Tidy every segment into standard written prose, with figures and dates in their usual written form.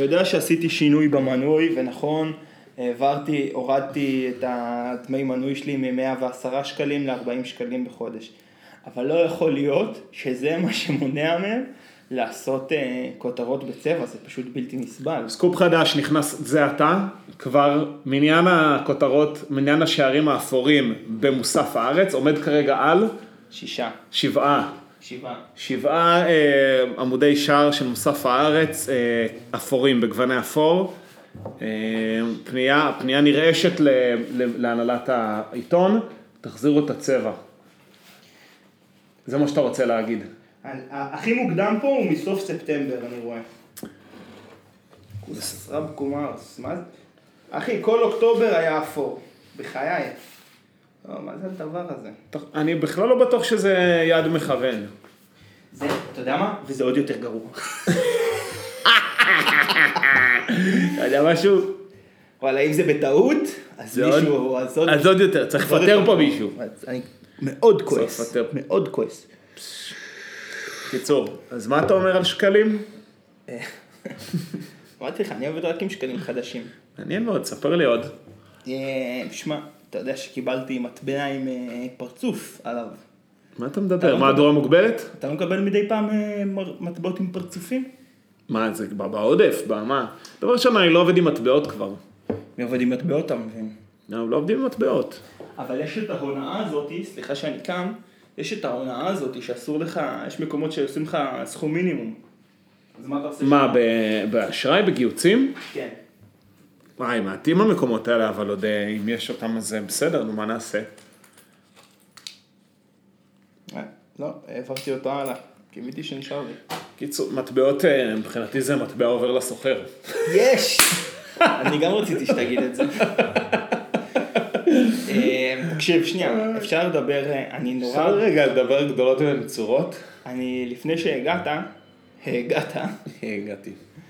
יודע שעשיתי שינוי במנוי, ונכון, הורדתי את הדמי מנוי שלי מ-110 שקלים ל-40 שקלים בחודש. אבל לא יכול להיות שזה מה שמונע מהם לעשות כותרות בצבע, זה פשוט בלתי נסבל. סקופ חדש נכנס, זה אתה, כבר מניין הכותרות, מניין השערים האפורים במוסף הארץ, עומד כרגע על 7 עמודי שער של מוסף הארץ, אפורים בגווני אפור, פנייה נרעשת להנהלת העיתון, תחזירו את הצבע. זה מה שאתה רוצה להגיד. הכי מוקדם פה הוא מסוף ספטמבר, אני רואה. רב קומארס, מה זה? אחי, כל אוקטובר היה אפור, בחיי. מה זה הדבר הזה? אני בכלל לא בטוח שזה יד מכוון. זה, אתה יודע מה? וזה עוד יותר גרוע. אתה יודע משהו? וואלה, אם זה בטעות, אז מישהו... אז עוד יותר, צריך לפטר פה מישהו. אני מאוד כועס, מאוד כועס. קיצור, אז מה אתה אומר על שקלים? אמרתי לך, אני עובד רק עם שקלים חדשים. מעניין מאוד, ספר לי עוד. שמע, אתה יודע שקיבלתי מטבע עם פרצוף עליו. מה אתה מדבר? מהדורה מוגבלת? אתה לא מקבל מדי פעם מטבעות עם פרצופים? מה, זה בעודף, מה? דבר ראשון, אני לא עובד עם מטבעות כבר. מי עובד עם מטבעות, אתה מבין? לא עובדים עם מטבעות. אבל יש את ההונאה הזאת, סליחה שאני קם, יש את ההונאה הזאת שאסור לך, יש מקומות שעושים לך סכום מינימום. אז מה אתה עושה? מה, באשראי, בגיוצים? כן. וואי, מעטים המקומות האלה, אבל עוד אם יש אותם אז בסדר, נו, מה נעשה? לא, העברתי אותו הלאה, קיוויתי שנשאר לי. קיצור, מטבעות, מבחינתי זה מטבע עובר לסוחר. יש! אני גם רציתי שתגיד את זה. תקשיב, שנייה, אפשר לדבר, אני נורא... אפשר רגע לדבר גדולות ונצורות? אני, לפני הגעתי.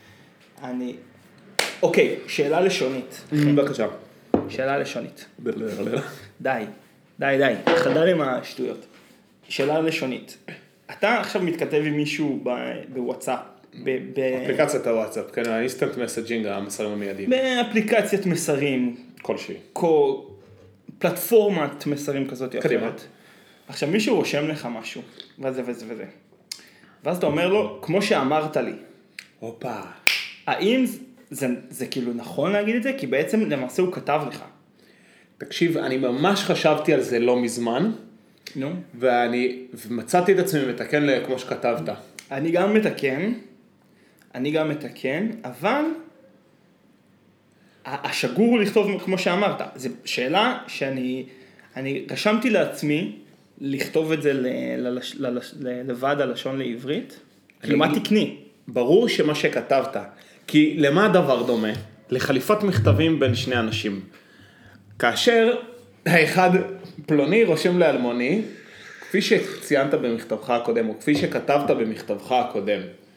אוקיי, שאלה לשונית. בבקשה. שאלה לשונית. די, חדל עם השטויות. שאלה לשונית. אתה עכשיו מתכתב עם מישהו בוואטסאפ, אפליקציית הוואטסאפ, כן, האינסטנט מסג'ינג, המסרים המיידיים. באפליקציית מסרים. כלשהי. פלטפורמת מסרים כזאת. קדימה. עכשיו מישהו רושם לך משהו, וזה. ואז אתה אומר לו, כמו שאמרת לי. הופה. האם זה כאילו נכון להגיד את זה? כי בעצם למעשה הוא כתב לך. תקשיב, אני ממש חשבתי על זה לא מזמן. נו. ומצאתי את עצמי מתקן כמו שכתבת. אני גם מתקן, אבל השגור לכתוב כמו שאמרת. זו שאלה שאני רשמתי לעצמי לכתוב את זה לוועד הלשון לעברית. כאילו מה תקני? ברור שמה שכתבת, כי למה הדבר דומה? לחליפת מכתבים בין שני אנשים. כאשר האחד פלוני רושם לאלמוני, כפי שציינת במכתבך הקודם, או כפי שכתבת במכתבך הקודם,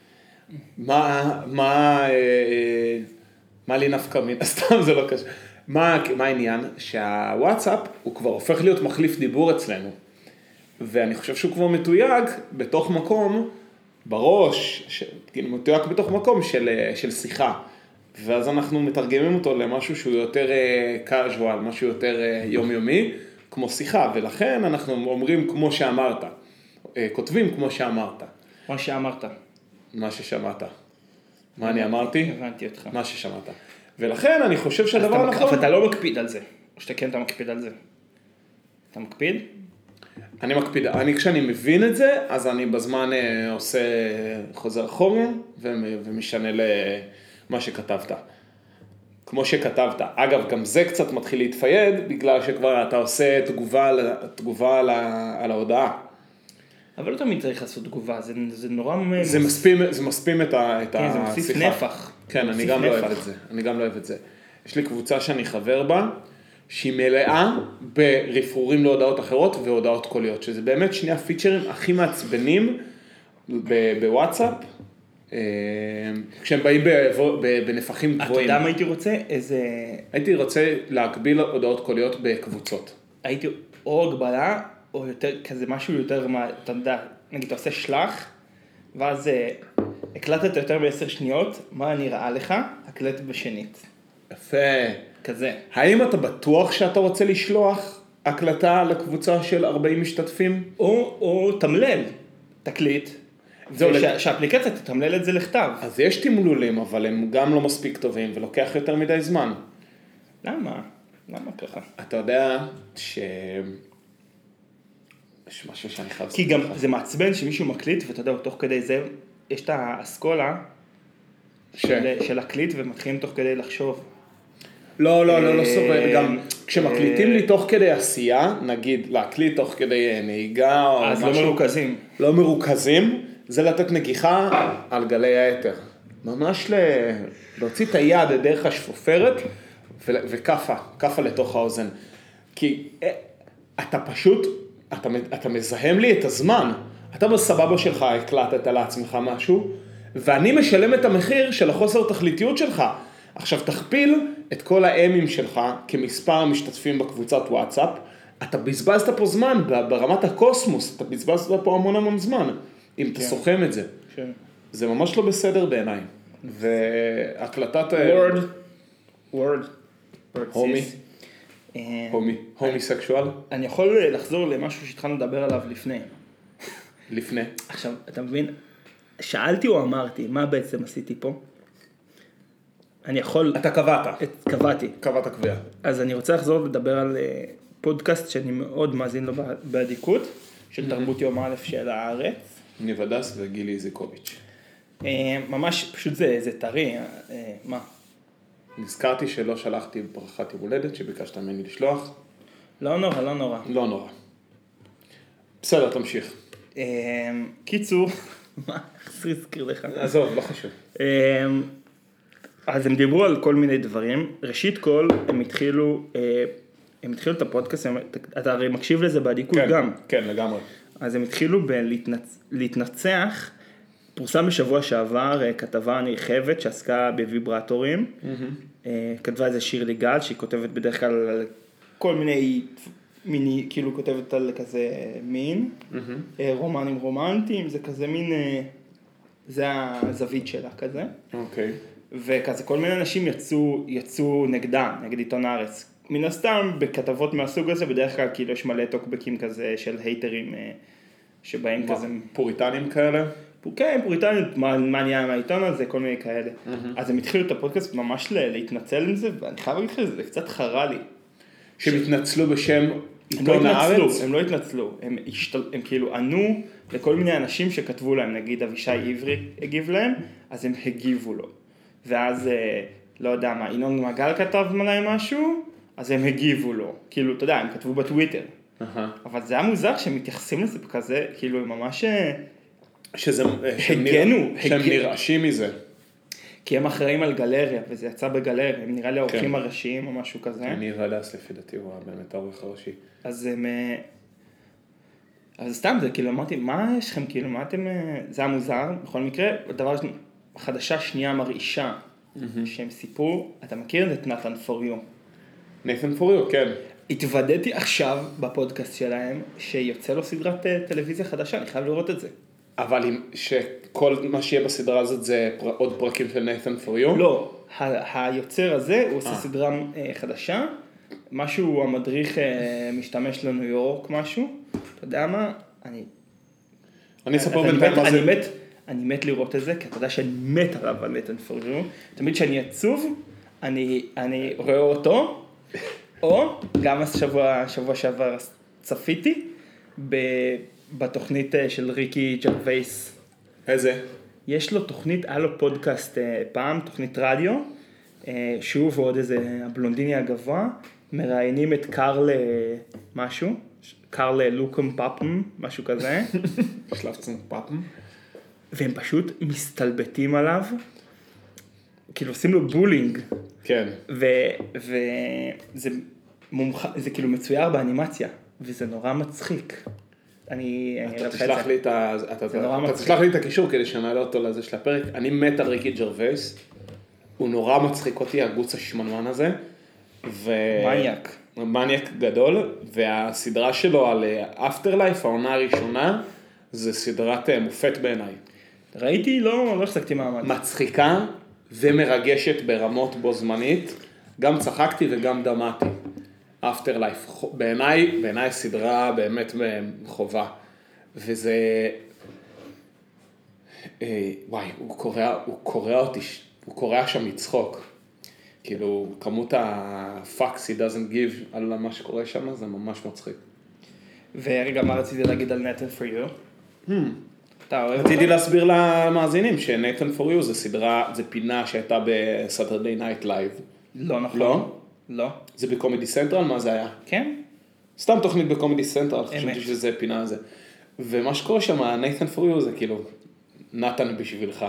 מה לי נפקא מן, סתם זה לא קשה. מה העניין? שהוואטסאפ הוא כבר הופך להיות מחליף דיבור אצלנו, ואני חושב שהוא כבר מתויג בתוך מקום, בראש, כאילו מתויג בתוך מקום של שיחה, ואז אנחנו מתרגמים אותו למשהו שהוא יותר casual, משהו יותר יומיומי, כמו שיחה, ולכן אנחנו אומרים כמו שאמרת, כותבים כמו שאמרת. מה שאמרת. מה ששמעת. מה אני אמרתי? הבנתי אותך. מה ששמעת. ולכן אני חושב שהדבר נכון... אבל אתה לא מקפיד על זה, או שאתה כן אתה מקפיד על זה. אתה מקפיד? אני מקפיד. כשאני מבין את זה, אז אני בזמן עושה חוזר אחורה, ומשנה למה שכתבת. כמו שכתבת. אגב, גם זה קצת מתחיל להתפייד, בגלל שכבר אתה עושה תגובה על ההודעה. אבל לא תמיד צריך לעשות תגובה, זה נורא... זה מספים את השיחה. זה מוסיף נפח. כן, אני גם לא אוהב את זה. יש לי קבוצה שאני חבר בה, שהיא מלאה ברפרורים להודעות אחרות והודעות קוליות, שזה באמת שני הפיצ'רים הכי מעצבנים בוואטסאפ, כשהם באים בנפחים גבוהים. אתה יודע מה הייתי רוצה? הייתי רוצה להגביל הודעות קוליות בקבוצות. הייתי או הגבלה, או יותר, כזה משהו יותר, אתה יודע, נגיד אתה עושה שלח, ואז הקלטת יותר ב10 שניות, מה נראה לך? הקלט בשנית. יפה. כזה. האם אתה בטוח שאתה רוצה לשלוח הקלטה לקבוצה של 40 משתתפים? או תמלל, תקליט, שהאפליקציה תתמלל את זה לכתב. אז יש תמלולים, אבל הם גם לא מספיק טובים, ולוקח יותר מדי זמן. למה? למה ככה? אתה יודע יש משהו שאני חייב... כי גם זה מעצבן שמישהו מקליט, ואתה יודע, תוך כדי זה, יש את האסכולה של הקליט, ומתחילים תוך כדי לחשוב. לא סובל, גם כשמקליטים לי תוך כדי עשייה, נגיד להקליט תוך כדי נהיגה או משהו. אז לא מרוכזים. לא מרוכזים, זה לתת נגיחה על גלי היתר. ממש להוציא את היד דרך השפופרת, וכפה לתוך האוזן. כי אתה פשוט, אתה מזהם לי את הזמן. אתה בסבבה שלך הקלטת לעצמך משהו, ואני משלם את המחיר של החוסר תכליתיות שלך. עכשיו תכפיל את כל האמים שלך כמספר המשתתפים בקבוצת וואטסאפ, אתה בזבזת פה זמן ברמת הקוסמוס, אתה בזבזת פה המון זמן, אם אתה סוכם את זה. זה ממש לא בסדר בעיניי. והקלטת... word. הומי סקשואל? אני יכול לחזור למשהו שהתחלנו לדבר עליו לפני. עכשיו, אתה מבין? שאלתי או אמרתי, מה בעצם עשיתי פה? אני יכול... אתה קבעתי. קבעת קביעה. אז אני רוצה לחזור לדבר על פודקאסט שאני מאוד מאזין לו באדיקות, של תרבות יום א' של הארץ. ניב הדס וגילי איזיקוביץ'. ממש פשוט זה טרי. מה? נזכרתי שלא שלחתי ברכת יום הולדת שביקשת ממני לשלוח. לא נורא. לא נורא. בסדר, תמשיך. קיצור, מה? איך הזכיר לך? עזוב, לא חשוב. אז הם דיברו על כל מיני דברים. ראשית כל, הם התחילו את הפודקאסט, אתה הרי מקשיב לזה באדיקות גם. כן, לגמרי. אז הם התחילו להתנצח, פורסם בשבוע שעבר כתבה נרחבת שעסקה בוויברטורים, כתבה איזה שירלי גל, שהיא כותבת בדרך כלל על כל מיני, כאילו כותבת על כזה מין, רומנים רומנטיים, זה כזה מין, זה הזווית שלה כזה. אוקיי. וכזה כל מיני אנשים יצאו נגדה, נגד עיתון הארץ. מן הסתם, בכתבות מהסוג הזה, בדרך כלל כאילו יש מלא טוקבקים כזה של הייטרים, שבאים כזה... פוריטנים כאלה? כן, פוריטנים, מה נהיה מהעיתון הזה, כל מיני כאלה. אז הם התחילו את הפודקאסט ממש להתנצל עם זה, ואני חייב להגיד לך, זה קצת חרה לי. שהם התנצלו בשם עיתון הארץ? הם לא התנצלו, הם כאילו ענו לכל מיני אנשים שכתבו להם, נגיד אבישי עברי הגיב להם, אז הם הגיבו לו. ואז, לא יודע מה, ינון מגל כתב מלא משהו, אז הם הגיבו לו. כאילו, אתה יודע, הם כתבו בטוויטר. אבל זה היה מוזר שהם מתייחסים לזה כזה, כאילו, הם ממש... שהם נרעשים מזה. כי הם אחראים על גלריה, וזה יצא בגלריה, הם נראה לי האורחים הראשיים או משהו כזה. אני ודס לפי דעתי, הוא באמת האורח הראשי. אז סתם זה, כאילו, אמרתי, מה יש לכם, כאילו, מה אתם... זה היה מוזר, בכל מקרה, הדבר החדשה שנייה מרעישה, שהם סיפרו, אתה מכיר את נתן פוריו? נתן פוריו, כן. התוודעתי עכשיו בפודקאסט שלהם, שיוצא לו סדרת טלוויזיה חדשה, אני חייב לראות את זה. אבל שכל מה שיהיה בסדרה הזאת זה עוד פרקים של נתן פוריו? לא, היוצר הזה, הוא עושה סדרה חדשה, משהו, המדריך משתמש לניו יורק, משהו, אתה יודע מה? אני אספר בינתיים מה זה... אני מת לראות את זה, כי אתה יודע שאני מת עליו על נתן פוריו, תמיד שאני עצוב, אני רואה אותו, או גם שבוע שעבר צפיתי, בתוכנית של ריקי ג'רווייס. איזה? יש לו תוכנית, היה לו פודקאסט פעם, תוכנית רדיו, שוב ועוד איזה הבלונדיני הגבוה, מראיינים את קארל משהו, קארל לוקם פאפם, משהו כזה. שלב צנק פאפם. והם פשוט מסתלבטים עליו, כאילו עושים לו בולינג. כן. וזה כאילו מצויר באנימציה, וזה נורא מצחיק. אתה תשלח לי את הקישור כדי שנעלה אותו לזה של הפרק. אני מת על ריקי ג'רווייס, הוא נורא מצחיק אותי, הגוץ השמנמן הזה. מניאק. מניאק גדול, והסדרה שלו על אפטרלייף, העונה הראשונה, זה סדרת מופת בעיניי. ראיתי, לא החזקתי מעמד. מצחיקה ומרגשת ברמות בו זמנית, גם צחקתי וגם דמעתי. Afterlife, בעיניי סדרה באמת חובה, וזה, וואי, הוא קורא שם מצחוק, כאילו כמות ה-fucks he doesn't give על מה שקורה שם, זה ממש מצחיק. ורגע, מה רציתי להגיד על Nathan for You? אתה אוהב אותו? רציתי להסביר למאזינים ש-Nathan for You זה סדרה, זה פינה שהייתה ב-Saturday Night Live. לא נכון. לא? לא. זה בקומדי סנטרל? מה זה היה? כן? סתם תוכנית בקומדי סנטרל, חשבתי שזה פינה הזה. ומה שקורה שם, Nathan for You זה כאילו, נתן בשבילך.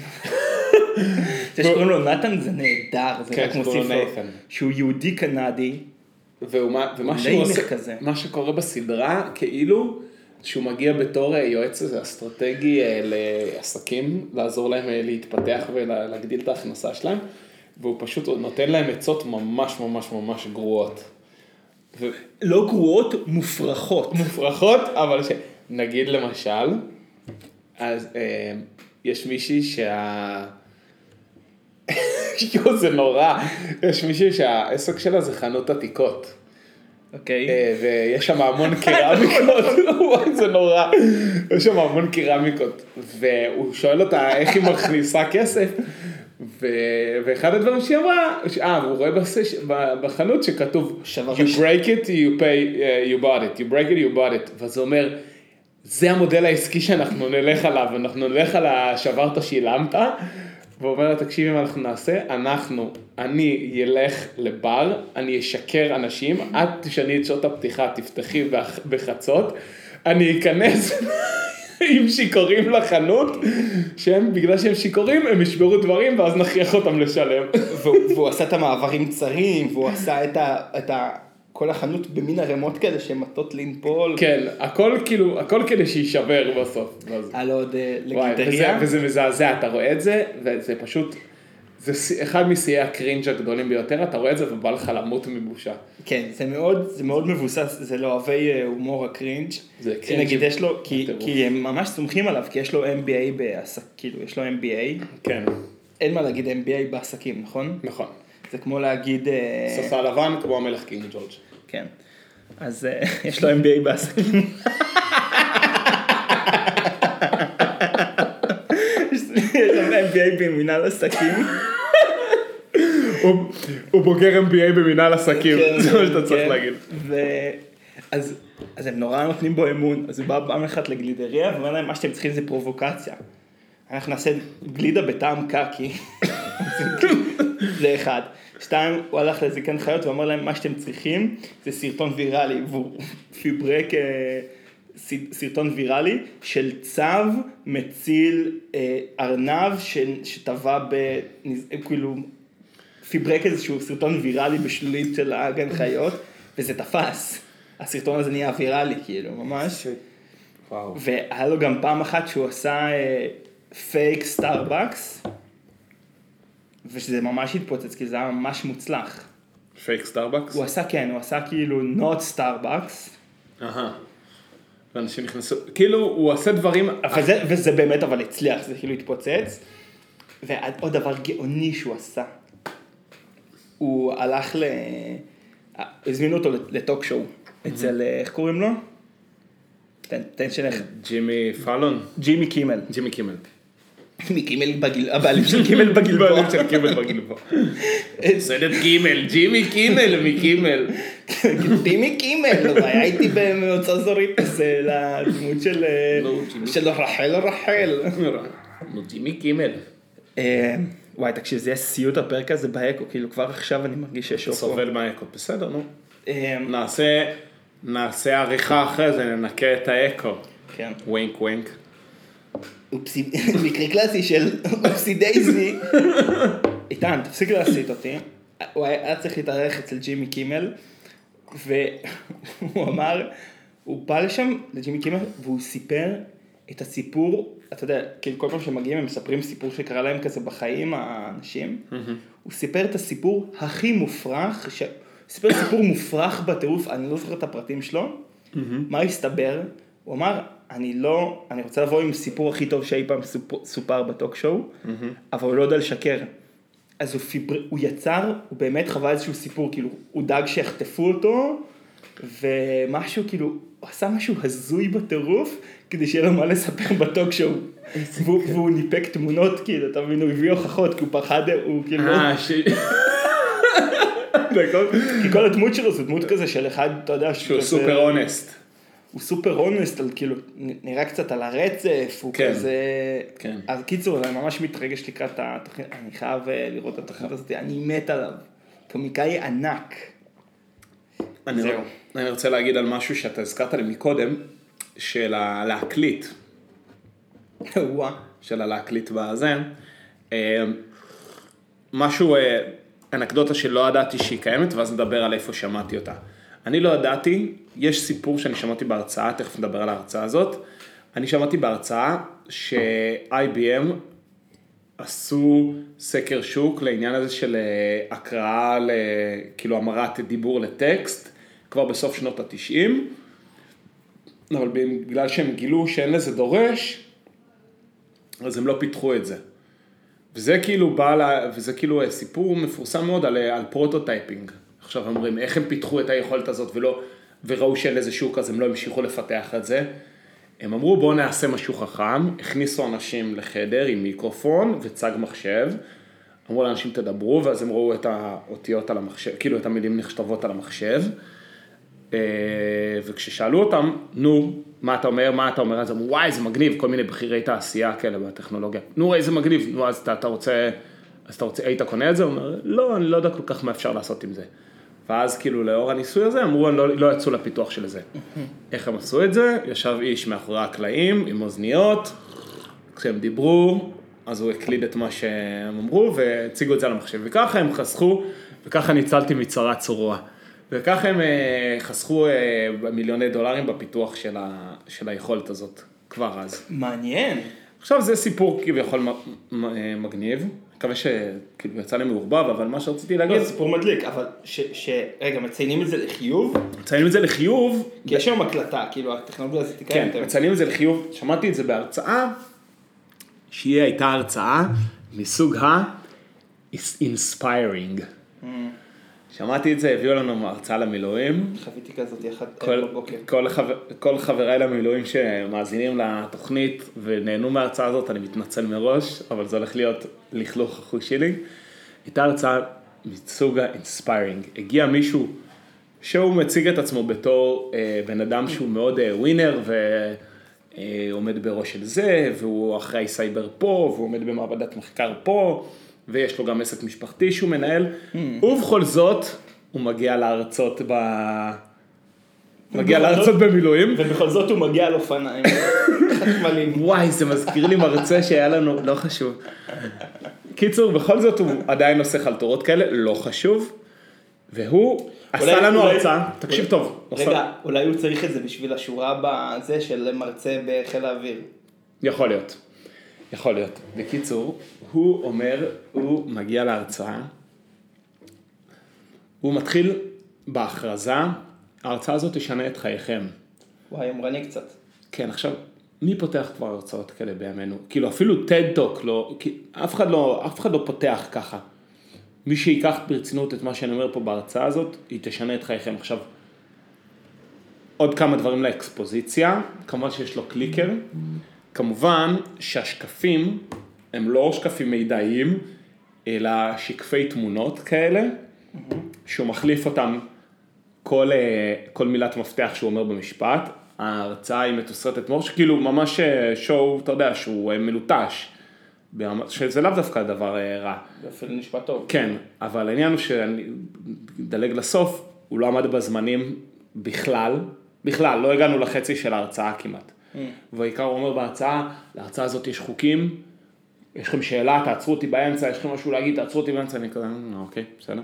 זה שקוראים לו נתן זה נהדר, זה רק מוסיף לו שהוא יהודי קנדי. ומה שהוא עושה, מה שקורה בסדרה, כאילו שהוא מגיע בתור יועץ הזה אסטרטגי לעסקים, לעזור להם להתפתח ולהגדיל את ההכנסה שלהם, והוא פשוט נותן להם עצות ממש ממש ממש גרועות. לא גרועות, מופרכות. מופרכות, אבל נגיד למשל, אז יש מישהי זה נורא, יש מישהי שהעסק שלה זה חנות עתיקות. אוקיי. ויש שם המון קרמיקות, וואי זה נורא, יש שם המון קרמיקות, והוא שואל אותה איך היא מכניסה כסף, ואחד הדברים שהיא אמרה, והוא רואה בחנות שכתוב, you break it, you pay, you bought it, you break it, you bought it, וזה אומר, זה המודל העסקי שאנחנו נלך עליו, אנחנו נלך על השברת שילמת, והוא אומר לה, תקשיבי מה אנחנו נעשה, אני אלך לבר, אני אשקר אנשים, את תשני את שעות הפתיחה, תפתחי בחצות, אני אכנס עם שיקורים לחנות, שהם, בגלל שהם שיקורים, הם ישברו דברים, ואז נכריח אותם לשלם. והוא עשה את המעברים צרים, והוא עשה את כל החנות במין הרמות כאלה, שהן מטות לנפול. כן, הכל כדי שישבר בסוף. על עוד לגיטריה. וזה מזעזע, אתה רואה את זה, וזה פשוט, זה אחד משיאי הקרינג' הגדולים ביותר, אתה רואה את זה ובא לך למות מבושה. כן, זה מאוד מבוסס, זה לא אוהבי הומור הקרינג'. זה קרינג'. נגיד יש לו, כי הם ממש סומכים עליו, כי יש לו MBA כאילו יש לו MBA. כן. אין מה להגיד MBA בעסקים, נכון? נכון. זה כמו להגיד... שפה לבן כמו המלך קינג ג'ורג'. כן. אז יש לו MBA בעסקים. יש לו MBA במנהל עסקים. הוא בוגר MBA במנהל עסקים, זה מה שאתה צריך להגיד. אז הם נורא נותנים בו אמון, אז הוא בא פעם אחת לגלידריה, ואומר להם, מה שאתם צריכים זה פרובוקציה. אנחנו נעשה גלידה בטעם קקי, זה אחד. שתיים, הוא הלך לזקן חיות ואמר להם, מה שאתם צריכים זה סרטון ויראלי, והוא פיברק סרטון ויראלי של צב מציל ארנב שטבע כאילו פיברק איזשהו סרטון ויראלי בשלולית של הגן חיות, וזה תפס. הסרטון הזה נהיה ויראלי, כאילו, ממש. וואו. והיה לו גם פעם אחת שהוא עשה פייק סטארבקס, ושזה ממש התפוצץ, כי זה היה ממש מוצלח. פייק סטארבקס? הוא עשה כאילו not סטארבקס. ואנשים נכנסו, כאילו הוא עושה דברים... וזה באמת אבל הצליח, זה כאילו התפוצץ. ועוד דבר גאוני שהוא עשה. הוא הלך הזמינו אותו לטוק שואו, אצל, איך קוראים לו? תן שלך. ג'ימי פאלון? ג'ימי קימל. ג'ימי קימל. הבעלים של קימל בגלבוע. הבעלים של קימל בגלבוע. סרט קימל, ג'ימי קימל מקימל. ג'ימי קימל, היה איתי במועצה אזורית לדמות של רחל. ג'ימי קימל. וואי, תקשיב, זה יהיה סיוט הפרק הזה באקו, כאילו כבר עכשיו אני מרגיש שיש אוקו. סובל מהאקו, בסדר, נו. נעשה עריכה אחרי זה, ננקה את האקו. כן. ווינק ווינק. מקרה קלאסי של אופסי דייזי. איתן, תפסיק להסיט אותי. הוא היה צריך להתארח אצל ג'ימי קימל, והוא אמר, הוא בא לשם לג'ימי קימל, והוא סיפר את הסיפור, אתה יודע, כאילו כל פעם שמגיעים הם מספרים סיפור שקרה להם כזה בחיים, האנשים, הוא סיפר את הסיפור הכי מופרך, סיפר סיפור מופרך בטירוף, אני לא זוכר את הפרטים שלו, מה הסתבר? הוא אמר, אני רוצה לבוא עם סיפור הכי טוב שאי פעם סופר בטוק שואו, אבל הוא לא יודע לשקר. אז הוא יצר, הוא באמת חווה איזשהו סיפור, כאילו, הוא דאג שיחטפו אותו, ומשהו, כאילו, הוא עשה משהו הזוי בטירוף, כדי שיהיה לו מה לספר בטוק שואו. והוא ניפק תמונות, כאילו, אתה מבין, הוא הביא הוכחות, כי הוא פחד, הוא כאילו... כי כל הדמות שלו זו דמות כזה של אחד, אתה יודע, שהוא סופר אונסט. הוא סופר אונסט, כאילו, נראה קצת על הרצף, הוא כזה... אז קיצור, אני ממש מתרגש לקראת התוכנית, אני חייב לראות את התוכנית הזאת, אני מת עליו. קומיקאי ענק. אני רוצה להגיד על משהו שאתה הזכרת לי מקודם, של להקליט. של להקליט בזה. משהו, אנקדוטה שלא ידעתי שהיא קיימת, ואז נדבר על איפה שמעתי אותה. אני לא ידעתי, יש סיפור שאני שמעתי בהרצאה, תכף נדבר על ההרצאה הזאת. אני שמעתי בהרצאה ש-IBM עשו סקר שוק לעניין הזה של הקראה, כאילו המרת דיבור לטקסט, כבר בסוף שנות ה-90, אבל בגלל שהם גילו שאין לזה דורש, אז הם לא פיתחו את זה. וזה כאילו סיפור מפורסם מאוד על פרוטוטייפינג. עכשיו אומרים, איך הם פיתחו את היכולת הזאת וראו שאין לזה שוק, אז הם לא המשיכו לפתח את זה. הם אמרו, בואו נעשה משהו חכם, הכניסו אנשים לחדר עם מיקרופון וצג מחשב, אמרו לאנשים תדברו, ואז הם ראו את האותיות על המחשב, כאילו את המילים נכתבות על המחשב, וכששאלו אותם, נו, מה אתה אומר? אז אמרו, וואי, זה מגניב, כל מיני בחירי תעשייה כאלה בטכנולוגיה. נו, איזה מגניב, נו, אז אתה רוצה, היית קונה את זה? הוא אומר, לא, אני לא יודע כל כך מה אפשר לעשות עם זה. ואז כאילו לאור הניסוי הזה, אמרו, לא יצאו לפיתוח של זה. איך הם עשו את זה? ישב איש מאחורי הקלעים, עם אוזניות, כשהם דיברו, אז הוא הקליד את מה שהם אמרו, והציגו את זה על המחשב. וככה הם חסכו, וככה ניצלתי מצרה צרורה. וככה הם חסכו מיליוני דולרים בפיתוח של היכולת הזאת, כבר אז. מעניין. עכשיו זה סיפור כביכול מגניב, מקווה שכאילו יצא לי מעורבב, אבל מה שרציתי להגיד... לא, סיפור מדליק, אבל רגע, מציינים את זה לחיוב? מציינים את זה לחיוב. כי יש היום הקלטה, כאילו הטכנולוגיה הזאת תקיים. כן, מציינים את זה לחיוב, שמעתי את זה בהרצאה, שהיא הייתה הרצאה מסוג ה-inspiring. שמעתי את זה, הביאו לנו הרצאה למילואים. חוויתי כזאת יחד בבוקר. כל חבריי למילואים שמאזינים לתוכנית ונהנו מההרצאה הזאת, אני מתנצל מראש, אבל זה הולך להיות לכלוך החוש שלי. הייתה הרצאה מסוג ה-inspiring. הגיע מישהו שהוא מציג את עצמו בתור בן אדם שהוא מאוד ווינר ועומד בראש של זה, והוא אחראי סייבר פה, והוא עומד במעבדת מחקר פה, ויש לו גם עסק משפחתי שהוא מנהל, ובכל זאת הוא מגיע להרצות במילואים. ובכל זאת הוא מגיע על אופניים. וואי, זה מזכיר לי מרצה שהיה לנו, לא חשוב. קיצור, בכל זאת הוא עדיין עושה חלטורות כאלה, לא חשוב, והוא עשה לנו הרצאה, תקשיב טוב. רגע, אולי הוא צריך את זה בשביל השורה בזה של מרצה בחיל האוויר. יכול להיות. יכול להיות. בקיצור, הוא אומר, הוא מגיע להרצאה, הוא מתחיל בהכרזה, ההרצאה הזאת תשנה את חייכם. וואי, אמרני קצת. כן, עכשיו, מי פותח כבר הרצאות כאלה בימינו? כאילו, אפילו TED Talk, לא, אף אחד לא פותח ככה. מי שיקח ברצינות את מה שאני אומר פה בהרצאה הזאת, היא תשנה את חייכם. עכשיו, עוד כמה דברים לאקספוזיציה, כמובן שיש לו קליקר, כמובן שהשקפים הם לא שקפים מידעיים, אלא שקפי תמונות כאלה, שהוא מחליף אותם כל מילת מפתח שהוא אומר במשפט. ההרצאה היא מתוסרטת מאוד, שכאילו ממש שואו, אתה יודע, שהוא מלוטש, שזה לאו דווקא דבר רע. זה אפילו נשמע טוב. כן, אבל העניין הוא שאני דלג לסוף, הוא לא עמד בזמנים בכלל, לא הגענו לחצי של ההרצאה כמעט. והעיקר הוא אומר בהרצאה, להרצאה הזאת יש חוקים, יש לכם שאלה, תעצרו אותי באמצע, יש לכם משהו להגיד, תעצרו אותי באמצע, אני כזה, אוקיי, בסדר.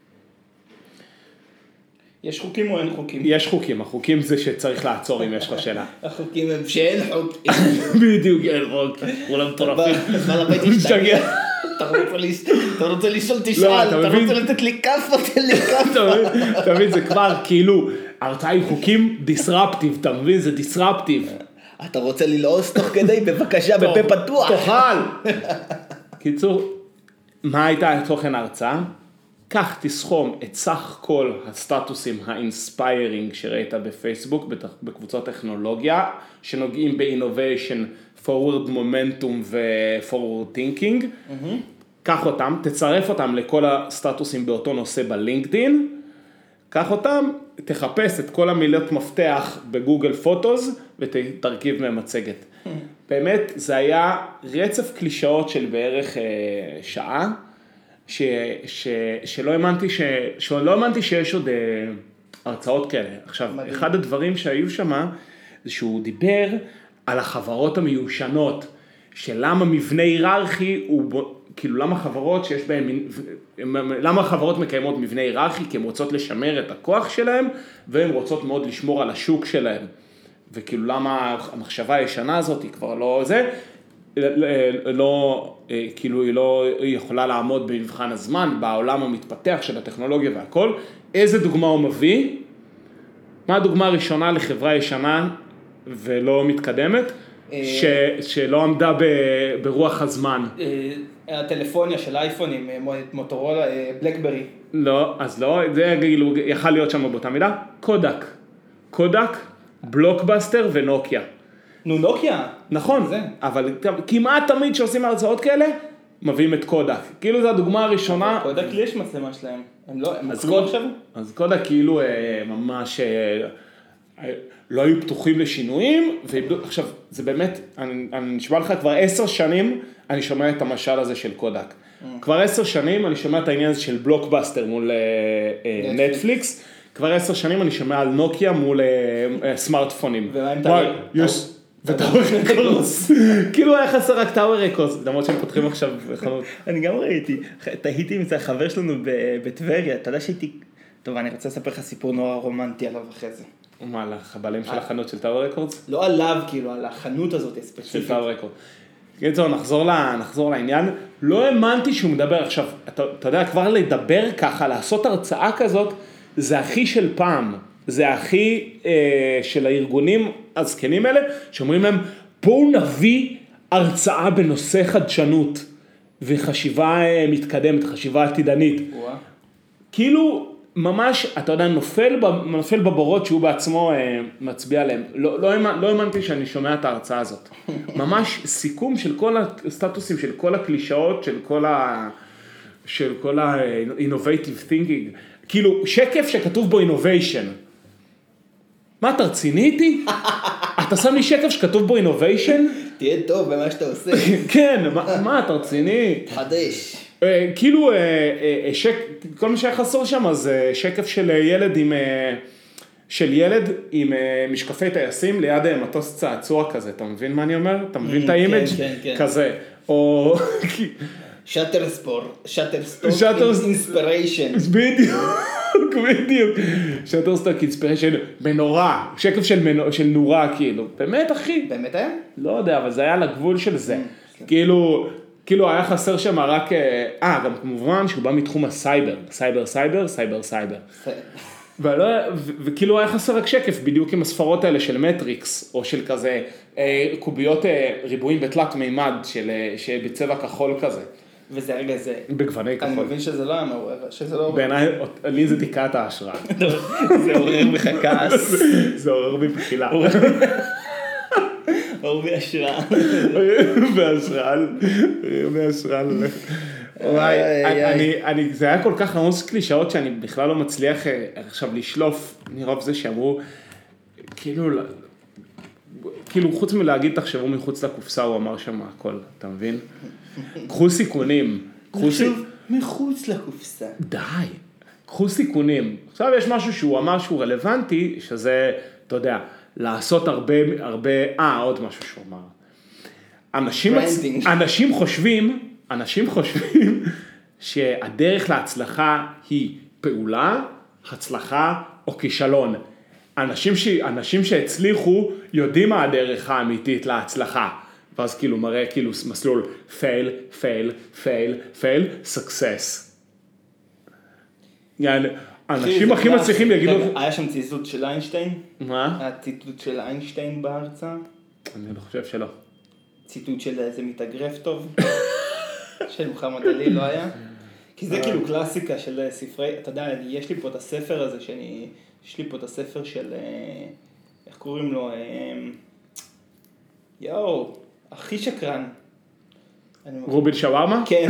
יש חוקים או אין חוקים? יש חוקים, החוקים זה שצריך לעצור אם יש לך שאלה. החוקים הם שאין חוקים. בדיוק, אין חוק, כולם מטורפים. בזמן הבית משתגע. אתה רוצה לשאול תשאל, אתה רוצה לתת לי כף, תן לי כף. אתה מבין, זה כבר כאילו, הרצאה עם חוקים דיסרפטיב, אתה מבין, זה דיסרפטיב. אתה רוצה ללעוס תוך כדי? בבקשה, בפה פתוח. תאכל. קיצור, מה הייתה תוכן ההרצאה? כך תסכום את סך כל הסטטוסים האינספיירינג שראית בפייסבוק, בקבוצות טכנולוגיה, שנוגעים ב-innovation, forward momentum ו-forward thinking. קח אותם, תצרף אותם לכל הסטטוסים באותו נושא בלינקדין, קח אותם, תחפש את כל המילות מפתח בגוגל פוטוס ותרכיב ממצגת. באמת, זה היה רצף קלישאות של בערך שעה, שלא האמנתי שיש עוד הרצאות כאלה. עכשיו, אחד הדברים שהיו שם, זה שהוא דיבר על החברות המיושנות, שלמה מבנה היררכי הוא, כאילו למה חברות שיש בהן, למה חברות מקיימות מבנה היררכי, כי הן רוצות לשמר את הכוח שלהן, והן רוצות מאוד לשמור על השוק שלהן. וכאילו למה המחשבה הישנה הזאת היא כבר לא זה, לא, כאילו היא לא יכולה לעמוד במבחן הזמן, בעולם המתפתח של הטכנולוגיה והכל. איזה דוגמה הוא מביא? מה הדוגמה הראשונה לחברה ישנה ולא מתקדמת? שלא עמדה ברוח הזמן. הטלפוניה של אייפון עם מוטורולה, בלקברי. לא, אז לא, זה יכל להיות שם באותה מידה. קודק, בלוקבאסטר ונוקיה. נו, נוקיה. נכון, אבל כמעט תמיד שעושים הרצאות כאלה, מביאים את קודק. כאילו זו הדוגמה הראשונה. קודק לי יש מצלמה שלהם. הם עקלו עכשיו? אז קודק כאילו ממש לא היו פתוחים לשינויים, עכשיו זה באמת, אני נשמע לך כבר 10 שנים, אני שומע את המשל הזה של קודק. כבר 10 שנים אני שומע את העניין הזה של בלוקבאסטר מול נטפליקס, כבר 10 שנים אני שומע על נוקיה מול סמארטפונים. ומה עם טאוור? וטאוור רקורדס. כאילו היה חסר רק טאוור רקורדס, למרות שהם פותחים עכשיו חנות. אני גם ראיתי, תהיתי עם זה החבר שלנו בטבריה, אתה יודע שהייתי, טוב אני רוצה לספר לך סיפור נורא רומנטי עליו אחרי זה. מה, על החבלים של החנות של טאוור רקורדס? לא עליו, כאילו, על החנות הזאת הספציפית. של טאוור רקורדס. קיצור, נחזור לעניין. לא האמנתי שהוא מדבר עכשיו, אתה יודע, כבר לדבר ככה, לעשות הרצאה כזאת, זה הכי של פעם. זה הכי של הארגונים הזקנים האלה, שאומרים להם, בואו נביא הרצאה בנושא חדשנות, וחשיבה מתקדמת, חשיבה עתידנית. כאילו, ממש, אתה יודע, נופל בבורות שהוא בעצמו מצביע עליהם. לא האמנתי שאני שומע את ההרצאה הזאת. ממש סיכום של כל הסטטוסים, של כל הקלישאות, של כל ה-innovative thinking. כאילו, שקף שכתוב בו innovation. מה, אתה רציני איתי? אתה שם לי שקף שכתוב בו innovation? תהיה טוב במה שאתה עושה. כן, מה, אתה רציני? חדש. כאילו, כל מה שהיה חסור שם, זה שקף של ילד עם משקפי טייסים ליד מטוס צעצוע כזה, אתה מבין מה אני אומר? אתה מבין את האימג'? כזה, או... שטרסטוק אינספיריישן. בדיוק. שטרסטוק אינספיריישן, מנורה, שקף של נורה כאילו. באמת אחי. באמת היה? לא יודע, אבל זה היה לגבול של זה. כאילו היה חסר שם רק, גם כמובן שהוא בא מתחום הסייבר, סייבר. וכאילו היה חסר רק שקף בדיוק עם הספרות האלה של מטריקס, או של כזה קוביות ריבועים בתלת מימד שבצבע כחול כזה. וזה רגע זה. בגווני כחול. אני מבין שזה לא היה מעורר, שזה לא... בעיניי, לי זה תיקע את ההשראה. זה עורר בך כעס. זה עורר בי בחילה. עורר בי השראה. בהשראה. זה היה כל כך עמוס קלישאות שאני בכלל לא מצליח עכשיו לשלוף מרוב זה שאמרו, כאילו חוץ מלהגיד תחשבו מחוץ לקופסה, הוא אמר שם הכל, אתה מבין? קחו סיכונים. נחשוב מחוץ לקופסה. די, קחו סיכונים. עכשיו יש משהו שהוא אמר שהוא רלוונטי, שזה, אתה יודע, לעשות הרבה, עוד משהו שהוא אמר. אנשים חושבים שהדרך להצלחה היא פעולה, הצלחה או כישלון. אנשים שהצליחו יודעים מה הדרך האמיתית להצלחה. ואז כאילו מראה כאילו מסלול fail, success. אנשים הכי מצליחים יגידו... היה שם ציטוט של איינשטיין? מה? היה ציטוט של איינשטיין בהרצאה? אני חושב שלא. ציטוט של איזה מתאגרף טוב, של מוחמד עלי, לא היה? כי זה כאילו קלאסיקה של ספרי, אתה יודע, יש לי פה את הספר הזה, יש לי פה את הספר של, איך קוראים לו? הכי שקרן. רובין שווארמה? כן.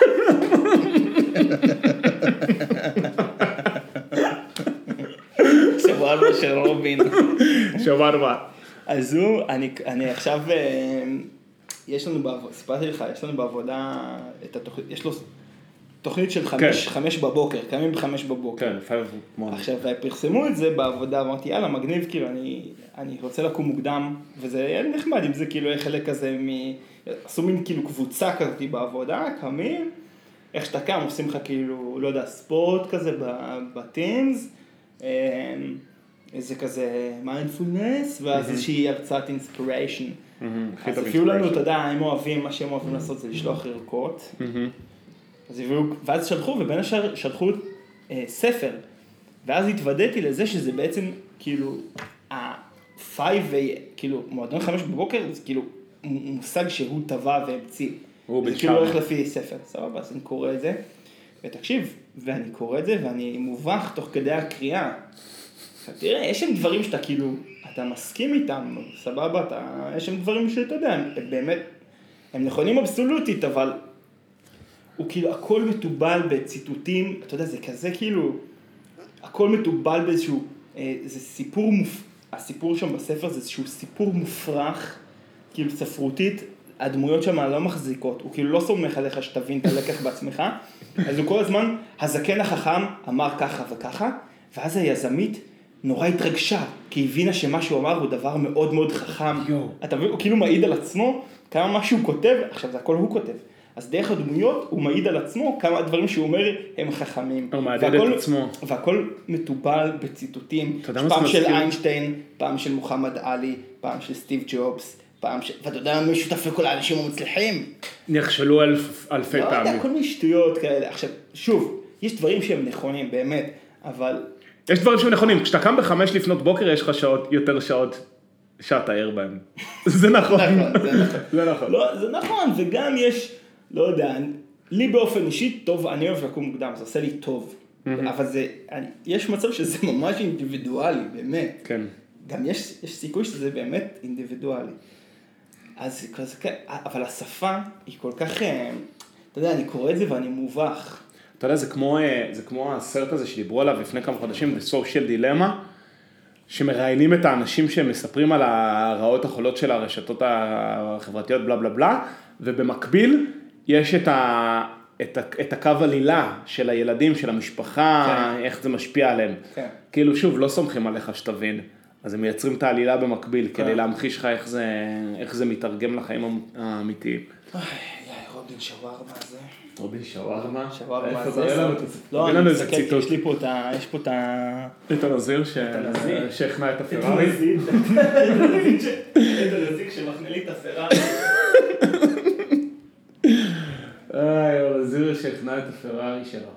שווארמה של רובין. שווארמה. אז אני עכשיו, יש לנו בעבודה, יש לו תוכנית של 5 בבוקר, קמים ב5 בבוקר. כן, 5 עכשיו, פרסמו את זה בעבודה, אמרתי, יאללה, מגניב, כאילו, אני רוצה לקום מוקדם, וזה היה נחמד, אם זה כאילו חלק כזה עשו מין כאילו קבוצה כזאת בעבודה, קמים, איך שאתה קם, עושים לך כאילו, לא יודע, ספורט כזה בטימס, איזה כזה מיינדפולנס, ואז איזושהי הרצאת אינספיריישן. אז הביאו לנו, אתה יודע, הם אוהבים, מה שהם אוהבים לעשות זה לשלוח ערכות. אז הביאו, ואז שלחו, ובין השאר שלחו ספר. ואז התוודעתי לזה שזה בעצם, כאילו, כאילו, מועדון 5 בבוקר, זה כאילו מושג שהוא טבע והמציא. זה כאילו הולך לפי ספר, סבבה, אז אני קורא את זה. ותקשיב, ואני קורא את זה, ואני מובך תוך כדי הקריאה. תראה, יש שם דברים שאתה כאילו, אתה מסכים איתם, סבבה, יש שם דברים שאתה יודע, באמת, הם נכונים אבסולוטית, אבל הוא כאילו, הכל מטובל בציטוטים, אתה יודע, זה כזה כאילו, הכל מטובל באיזשהו, זה סיפור הסיפור שם בספר זה איזשהו סיפור מופרך, כאילו ספרותית, הדמויות שם לא מחזיקות, הוא כאילו לא סומך עליך שתבין את הלקח בעצמך, אז הוא כל הזמן, הזקן החכם אמר ככה וככה, ואז היזמית נורא התרגשה, כי הבינה שמה שהוא אמר הוא דבר מאוד מאוד חכם. אתה מבין, הוא כאילו מעיד על עצמו, כמה מה שהוא כותב, עכשיו זה הכל הוא כותב, אז דרך הדמויות הוא מעיד על עצמו, כמה הדברים שהוא אומר הם חכמים. הוא מעדד את עצמו. והכל מטובל בציטוטים, פעם של איינשטיין, פעם של מוחמד עלי, פעם של סטיב ג'ובס, ואתה יודע מי שותף לכל האנשים המצליחים? נכשלו אלפי פעמים. לא יודע, כל מיני שטויות כאלה. עכשיו, שוב, יש דברים שהם נכונים, באמת, אבל יש דברים שהם נכונים, כשאתה קם ב5 לפנות בוקר, יש לך יותר שעות שאתה ער בהם. זה נכון. זה נכון. לא, זה נכון, וגם יש, לא יודע, לי באופן אישי טוב, אני אוהב לקום מוקדם, זה עושה לי טוב. אבל יש מצב שזה ממש אינדיבידואלי, באמת. כן. גם יש סיכוי שזה באמת אינדיבידואלי. אז כזה, אבל השפה היא כל כך, אתה יודע, אני קורא את זה ואני מובך. אתה יודע, זה כמו הסרט הזה שדיברו עליו לפני כמה חודשים, The Social Dilemma, שמראיינים את האנשים שמספרים על הרעות החולות של הרשתות החברתיות, בלה בלה בלה, ובמקביל יש את הקו עלילה של הילדים, של המשפחה, כן. איך זה משפיע עליהם. כן. כאילו שוב, לא סומכים עליך שתבין, אז הם מייצרים את העלילה במקביל, כן. כדי להמחיש לך איך זה מתרגם לחיים האמיתיים. רובין שווארמה זה. רובין שווארמה? שווארמה זה. לא, אני מסתכל, יש לי פה את את הנזיר שהכנה את הפרארי. את הנזיר שמכנה לי את הפרארי. הנזיר שהכנה את הפרארי שלו.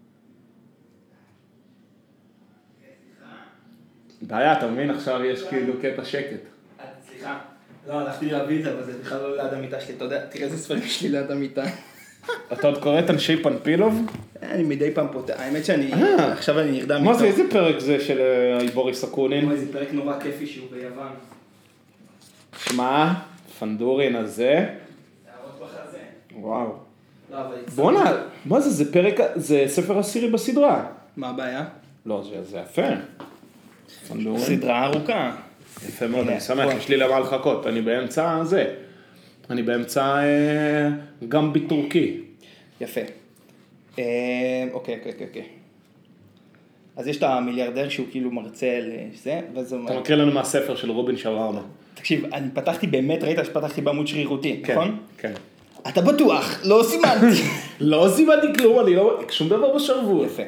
בעיה, אתה מבין? עכשיו יש כאילו קטע שקט. סליחה. לא, הלכתי להביא את זה, אבל זה בכלל לא ליד המיטה שלי. אתה יודע, תראה איזה ספרים שלי ליד המיטה. אתה עוד קורא את אנשי פנפילוב? אני מדי פעם פה, האמת שאני, עכשיו אני נרדם. מה זה, איזה פרק זה של בוריס אקונין? איזה פרק נורא כיפי שהוא ביוון. שמע, פנדורין הזה. הערות בחזה. וואו. בוא'נה, מה זה, זה פרק, זה ספר עשירי בסדרה. מה הבעיה? לא, זה יפה. פנדורין. סדרה ארוכה. יפה מאוד, אני שמח, יש לי למה לחכות, אני באמצע זה. אני באמצע גם בטורקי. יפה. אוקיי. אז יש את המיליארדר שהוא כאילו מרצה לזה, אתה מקריא לנו מהספר של רובין שווארמה. תקשיב, אני פתחתי באמת, ראית שפתחתי בעמוד שרירותי, נכון? כן. אתה בטוח, לא סימנתי. לא סימנתי כלום, אני לא, שום דבר בשרוול. יפה.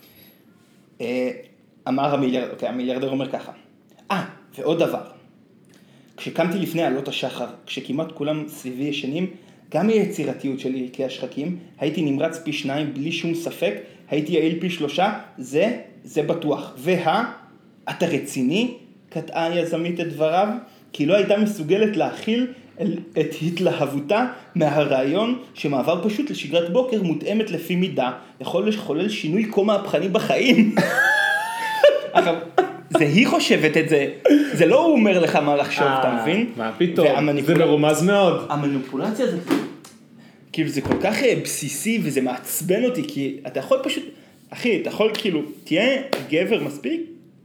אמר המיליארדר אומר ככה. ועוד דבר. כשקמתי לפני עלות השחר, כשכמעט כולם סביבי ישנים, גם היצירתיות שלי הרקיעה שחקים, הייתי נמרץ פי 2 בלי שום ספק, הייתי יעיל פי 3, זה בטוח. אתה רציני? קטעה יזמית את דבריו, כי לא הייתה מסוגלת להכיל את התלהבותה מהרעיון שמעבר פשוט לשגרת בוקר מותאמת לפי מידה, יכול לחולל שינוי כה מהפכני בחיים. עכשיו, זה היא חושבת את זה, זה לא הוא אומר לך מה לחשוב, אתה מבין? מה פתאום? זה מרומז מאוד. המניפולציה זה, כאילו זה כל כך בסיסי וזה מעצבן אותי, כי אתה יכול פשוט, אחי, אתה יכול כאילו, תהיה גבר מספיק,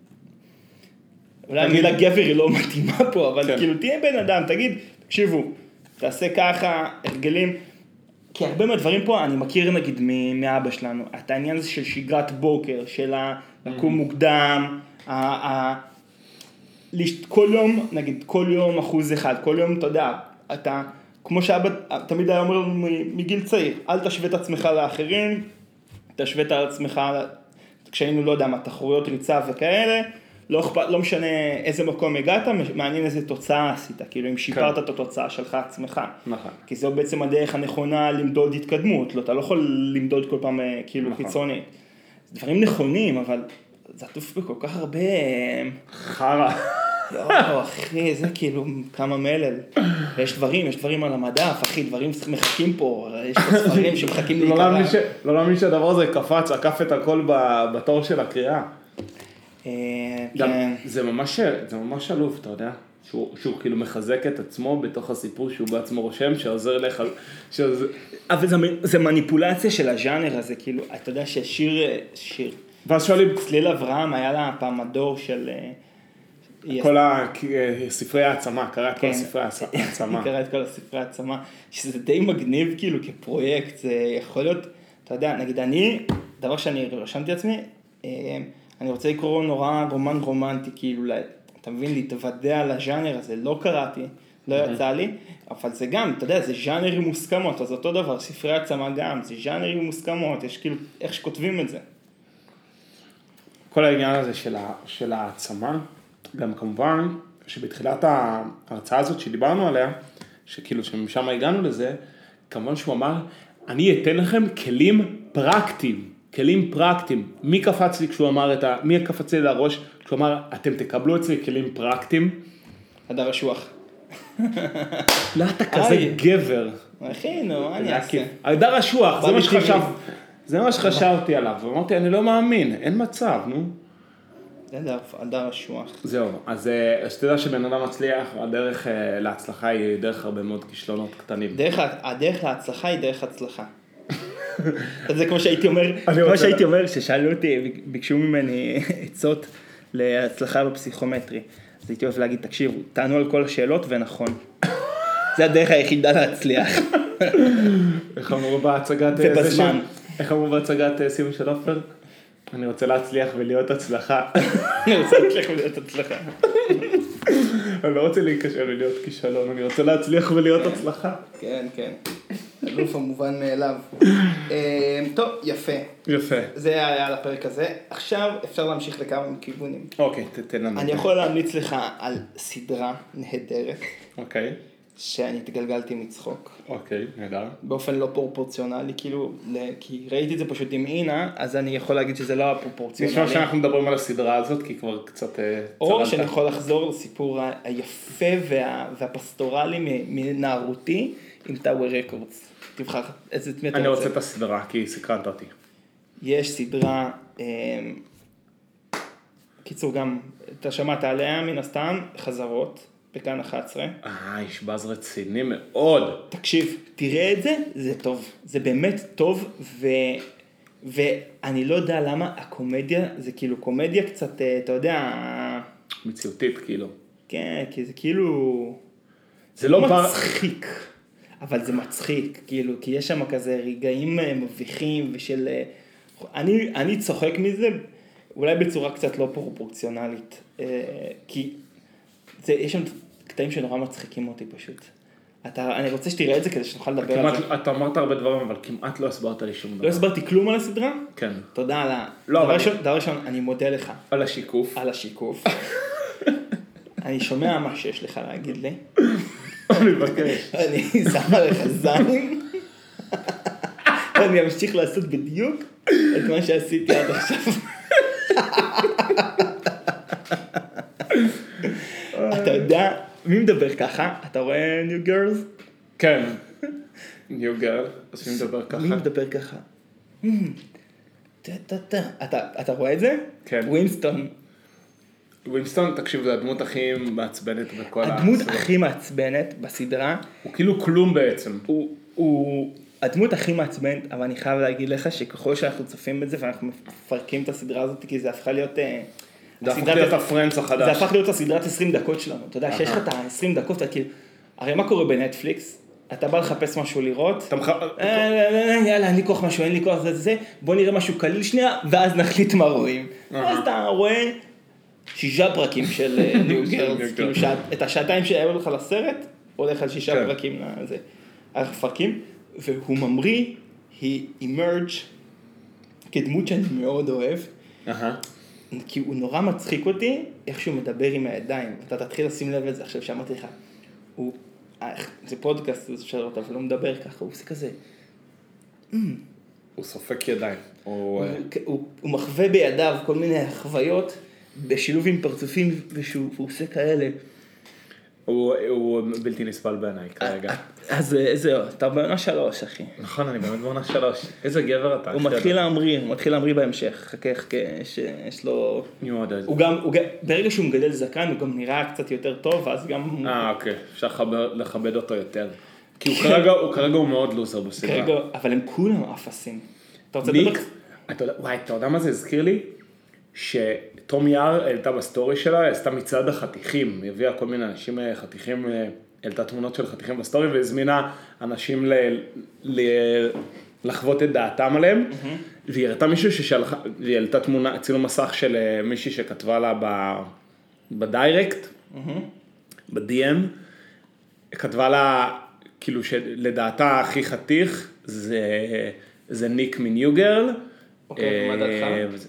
אולי המילה גבר היא לא מתאימה פה, אבל כאילו תהיה בן אדם, תגיד, תקשיבו, תעשה ככה, הרגלים, כי הרבה מהדברים פה אני מכיר נגיד מאבא שלנו, את העניין הזה של שגרת בוקר, של לקום מוקדם, כל יום, נגיד כל יום 1%, כל יום אתה יודע, אתה, כמו שאבא תמיד היה אומר לנו מגיל צעיר, אל תשווה את עצמך לאחרים, תשווה את עצמך, כשהיינו לא יודע מה, תחרויות ריצה וכאלה, לא משנה איזה מקום הגעת, מעניין איזה תוצאה עשית, כאילו אם שיפרת את התוצאה שלך עצמך. נכון. כי זו בעצם הדרך הנכונה למדוד התקדמות, לא, אתה לא יכול למדוד כל פעם כאילו חיצונית. דברים נכונים, אבל זה עטוף בכל כך הרבה... חרא. לא, אחי, זה כאילו כמה מלל. יש דברים על המדף, אחי, דברים מחכים פה, יש ספרים שמחכים להיקרא. לא להאמין שהדבר הזה קפץ, עקף את הכל בתור של הקריאה. זה ממש אלוף, אתה יודע, שהוא כאילו מחזק את עצמו בתוך הסיפור שהוא בעצמו רושם, שעוזר לך, אבל זה מניפולציה של הז'אנר הזה, כאילו, אתה יודע ששיר, ואז שואלים, צליל אברהם היה לה פעם מדור של... כל הספרי העצמה, קרא את כל הספרי העצמה. קרא את כל הספרי העצמה, שזה די מגניב כאילו כפרויקט, זה יכול להיות, אתה יודע, נגיד דבר שאני רשמתי עצמי, אני רוצה לקרוא נורא רומן רומנטי, כאילו, אתה מבין, להתוודע על הז'אנר הזה, לא קראתי, לא יצא לי, אבל זה גם, אתה יודע, זה ז'אנרים מוסכמות, אז אותו דבר, ספרי העצמה גם, זה ז'אנרים מוסכמות, יש כאילו, איך שכותבים את זה. כל העניין הזה של העצמה, גם כמובן, שבתחילת ההרצאה הזאת שדיברנו עליה, שכאילו שמשם הגענו לזה, כמובן שהוא אמר, אני אתן לכם כלים פרקטיים. מי קפץ לי כשהוא אמר מי קפץ לי לראש כשהוא אמר, אתם תקבלו אצלי כלים פרקטיים? הדר אשוח. לא, אתה כזה גבר. אחי, נו, אני אעשה. הדר אשוח, זה מה שחשבתי עליו. ואמרתי, אני לא מאמין, אין מצב, נו. הדר אשוח. זהו, אז שתדע שבן אדם מצליח, הדרך להצלחה היא דרך הרבה מאוד כישלונות קטנים. הדרך להצלחה היא דרך הצלחה. זה כמו שהייתי אומר, ששאלו אותי, ביקשו ממני עצות להצלחה בפסיכומטרי. אז הייתי אוהב להגיד, תקשיבו, תענו על כל השאלות ונכון. זה הדרך היחידה להצליח. איך אמרו בהצגת סיום של אופר? אני רוצה להצליח ולהיות הצלחה. אני לא רוצה להיקשר ולהיות כישלון, אני רוצה להצליח ולהיות הצלחה. כן, כן. אלוף המובן מאליו. טוב, יפה. זה היה על הפרק הזה. עכשיו אפשר להמשיך לכמה כיוונים. אוקיי, תתן לנו. אני יכול להמליץ לך על סדרה נהדרת. אוקיי. שאני התגלגלתי מצחוק. אוקיי, נהדר. באופן לא פרופורציונלי, כאילו, כי ראיתי את זה פשוט עם אינה, אז אני יכול להגיד שזה לא הפרופורציונלי. נשמע שאנחנו מדברים על הסדרה הזאת, כי כבר קצת צרלת. או שאני יכול לחזור לסיפור היפה והפסטורלי מנערותי עם טאוור רקורדס. תבחר, איזה תמי אתה רוצה? אני רוצה את הסדרה, כי סקרנת אותי. יש סדרה, קיצור גם, אתה שמעת עליה מן הסתם, חזרות. בכאן 11. יש באז רציני מאוד. תקשיב, תראה את זה, זה טוב. זה באמת טוב, ואני לא יודע למה הקומדיה, זה כאילו קומדיה קצת, אתה יודע... מציאותית כאילו. כן, כי זה כאילו... זה לא מצחיק, אבל זה מצחיק, כאילו, כי יש שם כזה רגעים מביכים ושל... אני צוחק מזה, אולי בצורה קצת לא פרופורציונלית, כי... יש שם קטעים שנורא מצחיקים אותי פשוט. אני רוצה שתראה את זה כדי שנוכל לדבר על זה. אתה אמרת הרבה דברים, אבל כמעט לא הסברת לי שום דבר. לא הסברתי כלום על הסדרה? כן. תודה על דבר ראשון, אני מודה לך. על השיקוף. על השיקוף. אני שומע מה שיש לך להגיד לי. אני מבקש. אני שם עליך זין. אני אמשיך לעשות בדיוק את מה שעשיתי עד עכשיו. אתה יודע, מי מדבר ככה? אתה רואה New Girls? כן. New Girl, אז מי מדבר ככה? מי מדבר ככה? אתה רואה את זה? כן. ווינסטון. ווינסטון, תקשיב, זה הדמות הכי מעצבנת בכל הדמות הכי מעצבנת בסדרה. הוא כאילו כלום בעצם. הוא הדמות הכי מעצבנת, אבל אני חייב להגיד לך שככל שאנחנו צופים בזה ואנחנו מפרקים את הסדרה הזאת, כי זה הפכה להיות... זה הפך להיות הפרנדס החדש. זה הפך להיות הסדרת 20 דקות שלנו. אתה יודע, שיש לך את ה-20 דקות, אתה כאילו... הרי מה קורה בנטפליקס? אתה בא לחפש משהו לראות, יאללה, אין לי כוח משהו, אין לי כוח זה, בוא נראה משהו קליל שנייה, ואז נחליט מה רואים. אז אתה רואה 6 פרקים של New Girls, כאילו את השעתיים שהיו לך לסרט, הולך על 6 פרקים לזה. הפרקים, והוא ממריא, היא emerge כדמות שאני מאוד אוהב, כי הוא נורא מצחיק אותי, איך שהוא מדבר עם הידיים, אתה תתחיל לשים לב לזה עכשיו שאמרתי לך, זה פודקאסט, זה אפשר אותה, אבל לא מדבר ככה, הוא עושה כזה. הוא סופק ידיים. הוא מחווה בידיו כל מיני חוויות, בשילוב עם פרצופים, והוא עושה כאלה. הוא בלתי נסבל בעיניי כרגע. אז זהו, אתה בעונה 3, אחי. נכון, אני באמת בעונה 3. איזה גבר אתה. הוא מתחיל להמריא בהמשך, חכה שיש לו... ברגע שהוא מגדל זקן, הוא גם נראה קצת יותר טוב, אז גם... אוקיי, אפשר לכבד אותו יותר. כי הוא כרגע הוא מאוד לוזר בסדרה. אבל הם כולם אפסים. אתה רוצה לדבר? וואי, אתה יודע מה זה הזכיר לי? שתום יער העלתה בסטורי שלה, עשתה מצעד החתיכים, היא הביאה כל מיני אנשים חתיכים, העלתה תמונות של חתיכים בסטורי, והזמינה אנשים לחוות את דעתם עליהם, והיא הראתה מישהו והיא העלתה תמונה, צילום מסך של מישהי שכתבה לה בדיירקט, ב-DM, כתבה לה, כאילו שלדעתה הכי חתיך, זה ניק מניו גרל. אוקיי, מה דעתך?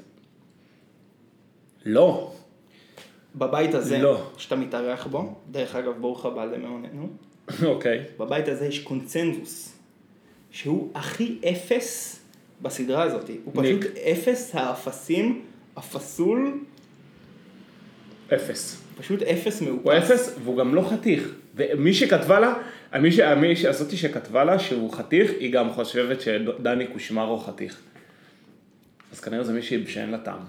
לא. בבית הזה, לא. שאתה מתארח בו, דרך אגב, ברוך הבא למעוננו. אוקיי. בבית הזה יש קונצנזוס, שהוא הכי אפס בסדרה הזאת. הוא פשוט אפס האפסים, הפסול. אפס. פשוט אפס מאופס. הוא אפס, והוא גם לא חתיך. ומי שכתבה לה, מי שעשיתי שכתבה לה שהוא חתיך, היא גם חושבת שדני קושמרו חתיך. אז כנראה זה מישהי שאין לה טעם.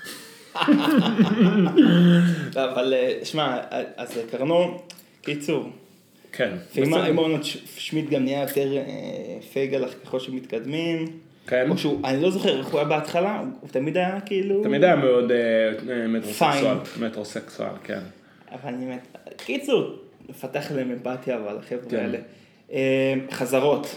אבל, שמע, אז קרנו, קיצור. כן. ואם עונות שמיט גם נהיה יותר פייג עליך ככל שמתקדמים. כן. או שהוא, אני לא זוכר איך הוא היה בהתחלה, הוא תמיד היה כאילו... תמיד היה מאוד מטרוסקסואל, כן. אבל אני קיצור, לפתח להם אמפתיה, אבל החבר'ה האלה. חזרות.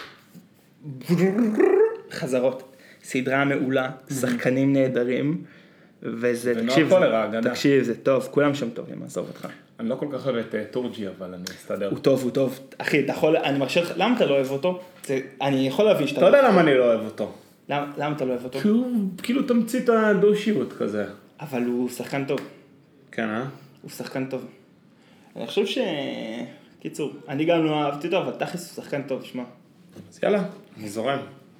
חזרות. סדרה מעולה, שחקנים נהדרים, וזה, תקשיב, זה טוב, כולם שם טובים, עזוב אותך. אני לא כל כך אוהב את טורג'י, אבל אני אסתדר. הוא טוב. אחי, אתה יכול, אני מרשה לך, למה אתה לא אוהב אותו? אני יכול להבין שאתה... אתה יודע למה אני לא אוהב אותו. למה אתה לא אוהב אותו? כי הוא כאילו תמצית הדושיות כזה. אבל הוא שחקן טוב. כן, הוא שחקן טוב. אני חושב קיצור, אני גם לא אהבתי אותו, אבל תכלס הוא שחקן טוב, שמע. אז יאללה, אני זורם.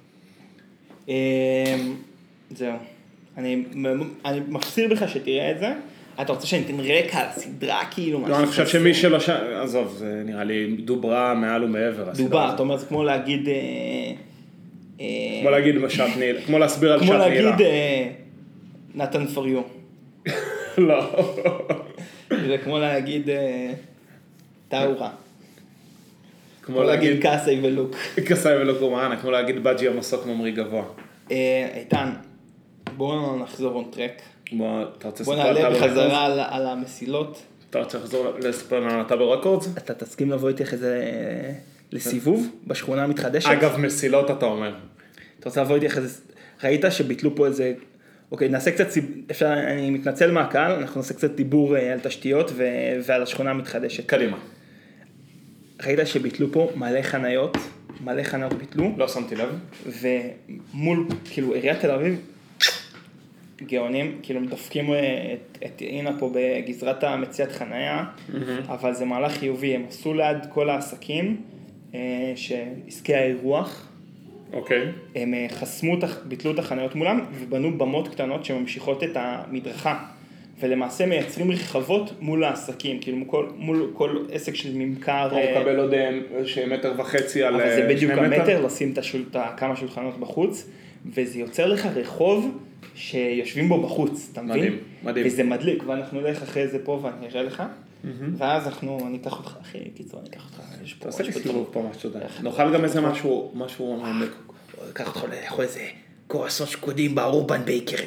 זהו. אני מחסיר בך שתראה את זה. אתה רוצה שאני אתן רקע על הסדרה כאילו? לא, אני חושב שמי שלא עזוב, זה נראה לי דוברה מעל ומעבר. דובר, אתה אומר, זה כמו להגיד... כמו להגיד בשעת נילה, כמו להסביר על שעת נילה. כמו להגיד נתן for you. לא. זה כמו להגיד טאורה. כמו להגיד קאסי ולוק. קאסי ולוק רומאנה, כמו להגיד בג'י המסוק ממרי גבוה. איתן, בואו נחזור on track. בוא נעלה בחזרה על המסילות. אתה רוצה לחזור לספר על הטאבר רקורדס? אתה תסכים לבוא איתי אחרי זה לסיבוב בשכונה המתחדשת? אגב, מסילות אתה אומר. אתה רוצה לבוא איתי אחרי זה, ראית שביטלו פה איזה, אוקיי, נעשה קצת, אני מתנצל מהקהל, אנחנו נעשה קצת דיבור על תשתיות ועל השכונה המתחדשת. קדימה. ראית שביטלו פה מלא חניות ביטלו. לא שמתי לב. ומול, כאילו, עיריית תל אביב, גאונים, כאילו דופקים את אינה פה בגזרת המציאת חנייה, אבל זה מהלך חיובי, הם עשו ליד כל העסקים שעסקי האירוח, אוקיי. הם חסמו, ביטלו את החניות מולם ובנו במות קטנות שממשיכות את המדרכה, ולמעשה מייצרים רחבות מול העסקים, כאילו מול כל עסק של ממכר. הוא מקבל עוד 1.5 מטר על 2 מטר. אבל זה בדיוק המטר, לשים כמה שולחנות בחוץ, וזה יוצר לך רחוב שיושבים בו בחוץ, אתה מבין? מדהים, מדהים. וזה מדליק, ואנחנו נלך אחרי זה פה ואני אראה לך, ואז אני אקח אותך, אחי, קיצור, אני אקח אותך. תעשה לי סיבוב פה משהו די. נאכל גם איזה משהו... אקח אותך לאכול איזה קרואסון שקדים באורבן בייקרים.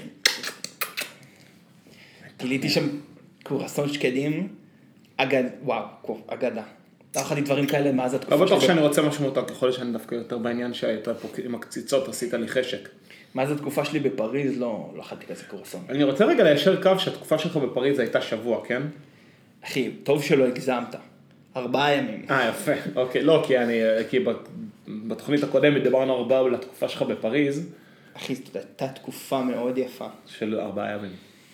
גיליתי שם קרואסון שקדים, וואו, אגדה. לא אכלתי דברים כאלה מאז התקופה לא בטוח שאני רוצה משהו מותר, ככל שאני דווקא יותר בעניין שהייתה פה עם הקציצות, עשית לי חשק. מאז התקופה שלי בפריז לא אכלתי כזה קרואסון. אני רוצה רגע ליישר קו שהתקופה שלך בפריז הייתה שבוע, כן? אחי, טוב שלא הגזמת. 4 ימים. יפה, אוקיי, לא, כי בתוכנית הקודמת דיברנו הרבה על התקופה שלך בפריז. אחי, זאת הייתה תקופה מאוד יפה. של 4 ימים.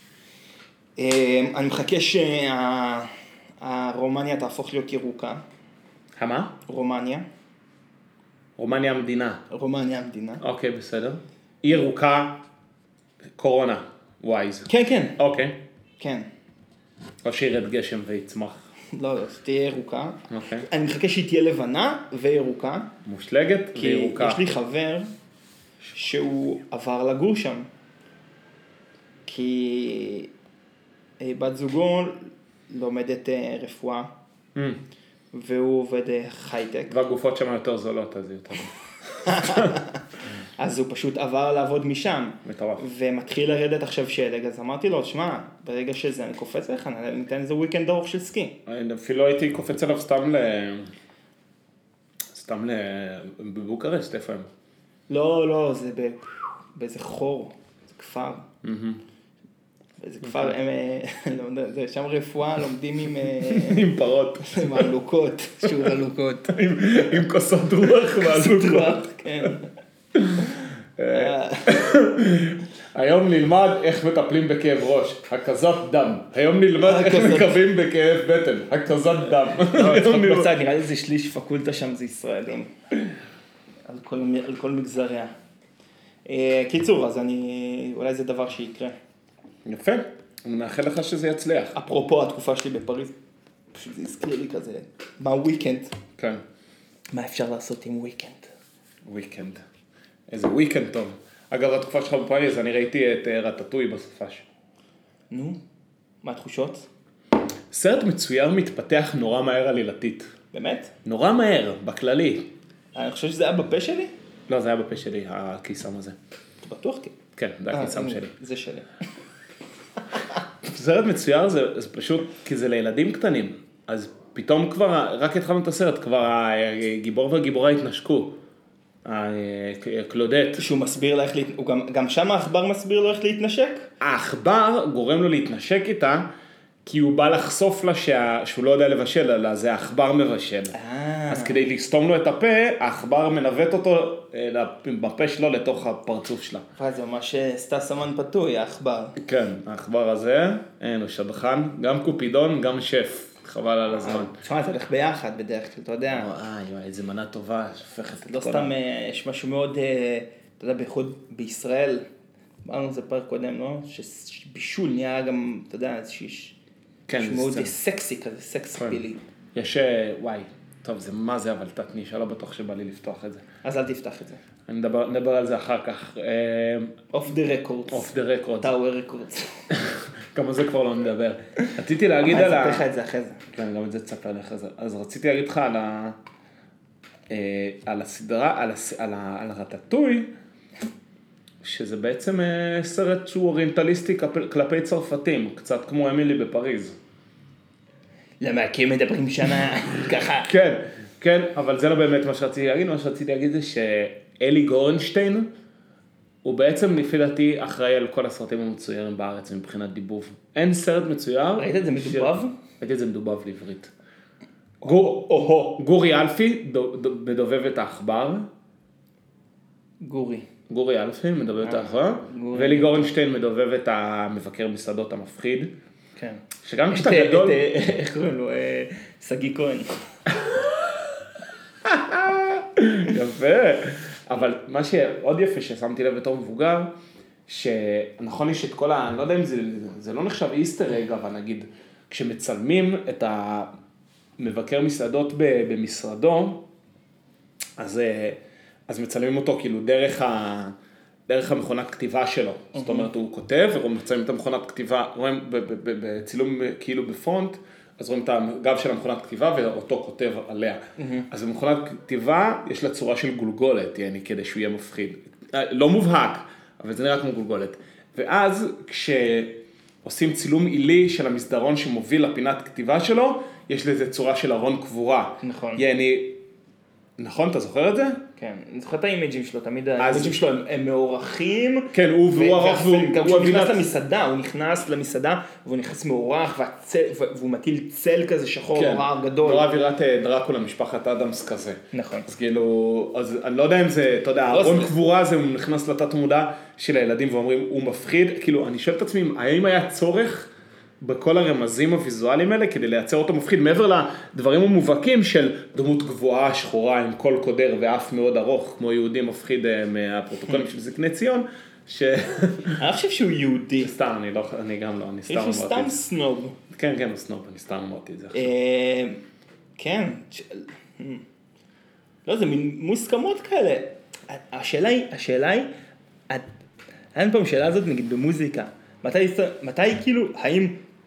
אני מחכה שהרומניה תהפוך להיות ירוקה. מה? רומניה. רומניה המדינה. רומניה המדינה. אוקיי, בסדר. ירוקה, קורונה, ווייז. כן, כן. אוקיי. כן. או שירד גשם ויצמח. לא, תהיה ירוקה. אוקיי. אני מחכה שהיא תהיה לבנה וירוקה. מושלגת וירוקה. כי יש לי חבר שהוא עבר לגור שם. כי בת זוגו לומדת רפואה. והוא עובד חייטק. והגופות שם יותר זולות, אז יותר. אז הוא פשוט עבר לעבוד משם. מטורף. ומתחיל לרדת עכשיו שלג, אז אמרתי לו, שמע, ברגע שזה אני קופץ לך, ניתן איזה וויקנד ארוך של סקי. אפילו הייתי קופץ עליו סתם בבוקרשט, איפה הם? לא, זה באיזה חור, זה כפר. זה כפר, זה שם רפואה, לומדים עם פרות. עם הלוקות, שיעור הלוקות. עם כוסות רוח והלוקות. כן. היום נלמד איך מטפלים בכאב ראש, הקזת דם. היום נלמד איך מקווים בכאב בטן, הקזת דם. בצד, נראה לי זה שליש פקולטה שם, זה ישראלים. על כל מגזריה. קיצור, אז אולי זה דבר שיקרה. יפה, אני מאחל לך שזה יצליח. אפרופו התקופה שלי בפריז, פשוט זה הזכיר לי כזה, מה וויקנד? כן. מה אפשר לעשות עם וויקנד? וויקנד. איזה וויקנד טוב. אגב, התקופה שלך בפריז, אני ראיתי את רטטוי בסופש. נו, מה התחושות? סרט מצויר מתפתח נורא מהר עלילתית. באמת? נורא מהר, בכללי. אני חושב שזה היה בפה שלי? לא, זה היה בפה שלי, הקיסם הזה. אתה בטוח? כן, זה הקיסם שלי. זה שלי. סרט מצויר זה פשוט, כי זה לילדים קטנים, אז פתאום כבר, רק התחלנו את הסרט, כבר הגיבור והגיבורה התנשקו. קלודט. שהוא מסביר לה איך גם שם העכבר מסביר לו איך להתנשק? העכבר גורם לו להתנשק איתה, כי הוא בא לחשוף לה שהוא לא יודע לבשל, אלא זה העכבר מבשל. אז כדי לסתום לו את הפה, העכבר מנווט אותו בפה שלו לתוך הפרצוף שלה. זה ממש סטס אמן פתוי, העכבר. כן, העכבר הזה, הוא שדכן, גם קופידון, גם שף. חבל על הזמן. תשמע, זה הולך ביחד בדרך כלל, אתה יודע. איזה מנה טובה, שופכת את לא סתם, יש משהו מאוד, אתה יודע, בייחוד בישראל, אמרנו את זה פרק קודם, לא? שבישול נהיה גם, אתה יודע, יש מאוד סקסי כזה, סקס פילי. יש, וואי, טוב, זה מה זה, אבל תתנישה, לא בטוח שבא לי לפתוח את זה. אז אל תפתח את זה. אני נדבר על זה אחר כך. Off the records. Off the records. Tower records. גם על זה כבר לא נדבר. רציתי להגיד על ה... אני אספר לך את זה אחרי זה. כן, גם את זה תספר לך אחרי זה. אז רציתי להגיד לך על הסדרה, על הרטטוי, שזה בעצם סרט שהוא אוריינטליסטי כלפי צרפתים, קצת כמו אמילי בפריז. למה? כי הם מדברים שמה ככה. כן, כן, אבל זה לא באמת מה שרציתי להגיד. מה שרציתי להגיד זה שאלי גורנשטיין, הוא בעצם לפי דעתי אחראי על כל הסרטים המצוירים בארץ מבחינת דיבוב. אין סרט מצויר. ראית את זה מדובב? ראיתי את זה מדובב לעברית. גורי אלפי מדובב את העכבר. גורי אלפי מדובב את העכבר. ואלי גורנשטיין מדובב את המבקר מסעדות המפחיד. כן. שגם כשאתה גדול... איך קוראים לו? סגי כהן. יפה. אבל מה שעוד יפה ששמתי לב בתור מבוגר, שנכון יש את כל אני לא יודע אם זה לא נחשב איסטר אג, אבל נגיד, כשמצלמים את המבקר מסעדות במשרדו, אז מצלמים אותו כאילו דרך המכונת כתיבה שלו. זאת אומרת, הוא כותב, ומצלמים את המכונת כתיבה, רואים בצילום כאילו בפרונט, אז רואים את הגב של המכונת כתיבה, ואותו כותב עליה. אז במכונת כתיבה יש לה צורה של גולגולת, כדי שהוא יהיה מפחיד. לא מובהק, אבל זה נראה כמו גולגולת. ואז כשעושים צילום עילי של המסדרון שמוביל לפינת כתיבה שלו, יש לזה צורה של ארון קבורה. נכון. נכון, אתה זוכר את זה? כן, אני זוכר את האימג'ים שלו, תמיד האימג'ים שלו הם מאורחים. כן, הוא ארוך כשהוא נכנס למסעדה, הוא נכנס למסעדה, והוא נכנס מאורח, והוא מטיל צל כזה שחור, נורא גדול. נורא אווירת דרקולה, משפחת אדמס כזה. נכון. אז כאילו, אז אני לא יודע אם זה, אתה יודע, ארון קבורה הזה, הוא נכנס לתת מודע של הילדים ואומרים, הוא מפחיד, כאילו, אני שואל את עצמי, האם היה צורך בכל הרמזים הוויזואליים האלה, כדי לייצר אותו מפחיד, מעבר לדברים המובהקים של דמות גבוהה, שחורה, עם קול קודר ואף מאוד ארוך, כמו יהודי מפחיד מהפרוטוקולים של זקני ציון, אני חושב שהוא יהודי. סתם, אני גם לא, אני סתם אמרתי. הוא סתם סנוב. כן, כן, הוא סנוב, אני סתם אמרתי את זה. כן. לא, זה מין מוסכמות כאלה. השאלה היא, היה פעם שאלה הזאת נגיד במוזיקה, מתי כאילו, האם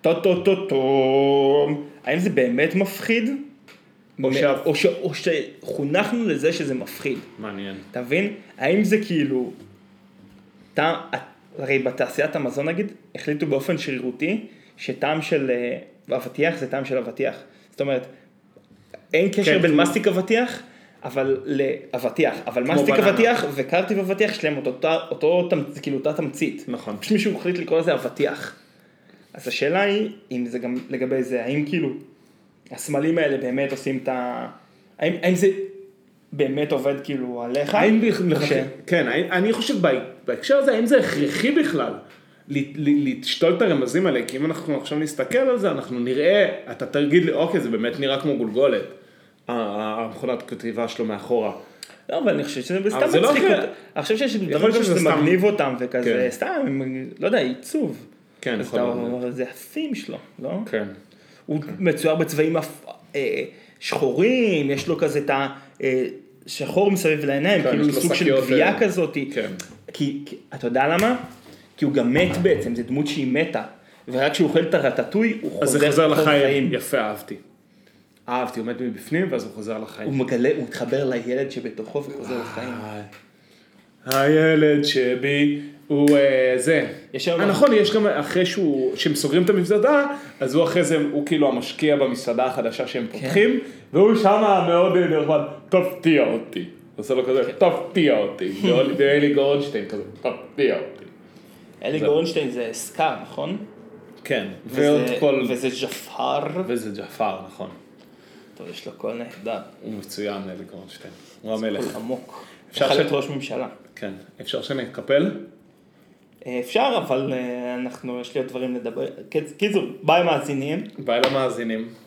האם זה באמת מפחיד? או שחונכנו לזה שזה מפחיד. מעניין. אתה מבין? האם זה כאילו, הרי בתעשיית המזון נגיד, החליטו באופן שרירותי, שטעם של אבטיח זה טעם של אבטיח. זאת אומרת, אין קשר בין מסטיק אבטיח, אבל לאבטיח. אבל מסטיק אבטיח וקרטיב אבטיח שלהם אותה תמצית. נכון. פשוט מישהו החליט לקרוא לזה אבטיח. אז השאלה היא, אם זה גם לגבי זה, האם כאילו, הסמלים האלה באמת עושים את האם זה באמת עובד כאילו עליך? כן, אני חושב בהקשר הזה, האם זה הכרחי בכלל לשתול את הרמזים האלה, כי אם אנחנו עכשיו נסתכל על זה, אנחנו נראה, אתה תגיד לי, אוקיי, זה באמת נראה כמו גולגולת, המכונת כתיבה שלו מאחורה. לא, אבל אני חושב שזה בסתם מצחיק, אני חושב שיש דברים שזה מגניב אותם וכזה, סתם, לא יודע, עיצוב. כן, יכול להיות. זה הפים שלו, לא? כן. הוא מצויר בצבעים שחורים, יש לו כזה את השחור מסביב לעיניים, כאילו סוג של גבייה כזאת. כי, אתה יודע למה? כי הוא גם מת בעצם, זו דמות שהיא מתה. ורק כשהוא אוכל את הרטטוי, הוא חוזר לחיים. יפה, אהבתי, הוא מת מבפנים, ואז הוא חוזר לחיים. הוא מתחבר לילד שבתוכו וחוזר לחיים. הילד שבי, הוא זה. נכון, יש גם אחרי שהם סוגרים את המסעדה, אז הוא אחרי זה, הוא כאילו המשקיע במסעדה החדשה שהם פותחים, והוא שמה מאוד נרחב, תפתיע אותי. עושה לו כזה, תפתיע אותי. ואלי גורנשטיין כזה, תפתיע אותי. אלי גורנשטיין זה סקאר, נכון? כן. וזה ג'פר. וזה ג'פר, נכון. טוב, יש לו קול נהדר. הוא מצוין, אלי גורנשטיין. הוא המלך. זה קול עמוק. אפשר להיות ראש ממשלה. כן. אפשר שנקפל? אפשר, אבל יש לי עוד דברים לדבר. קיצור, ביי מאזינים. ביי למאזינים.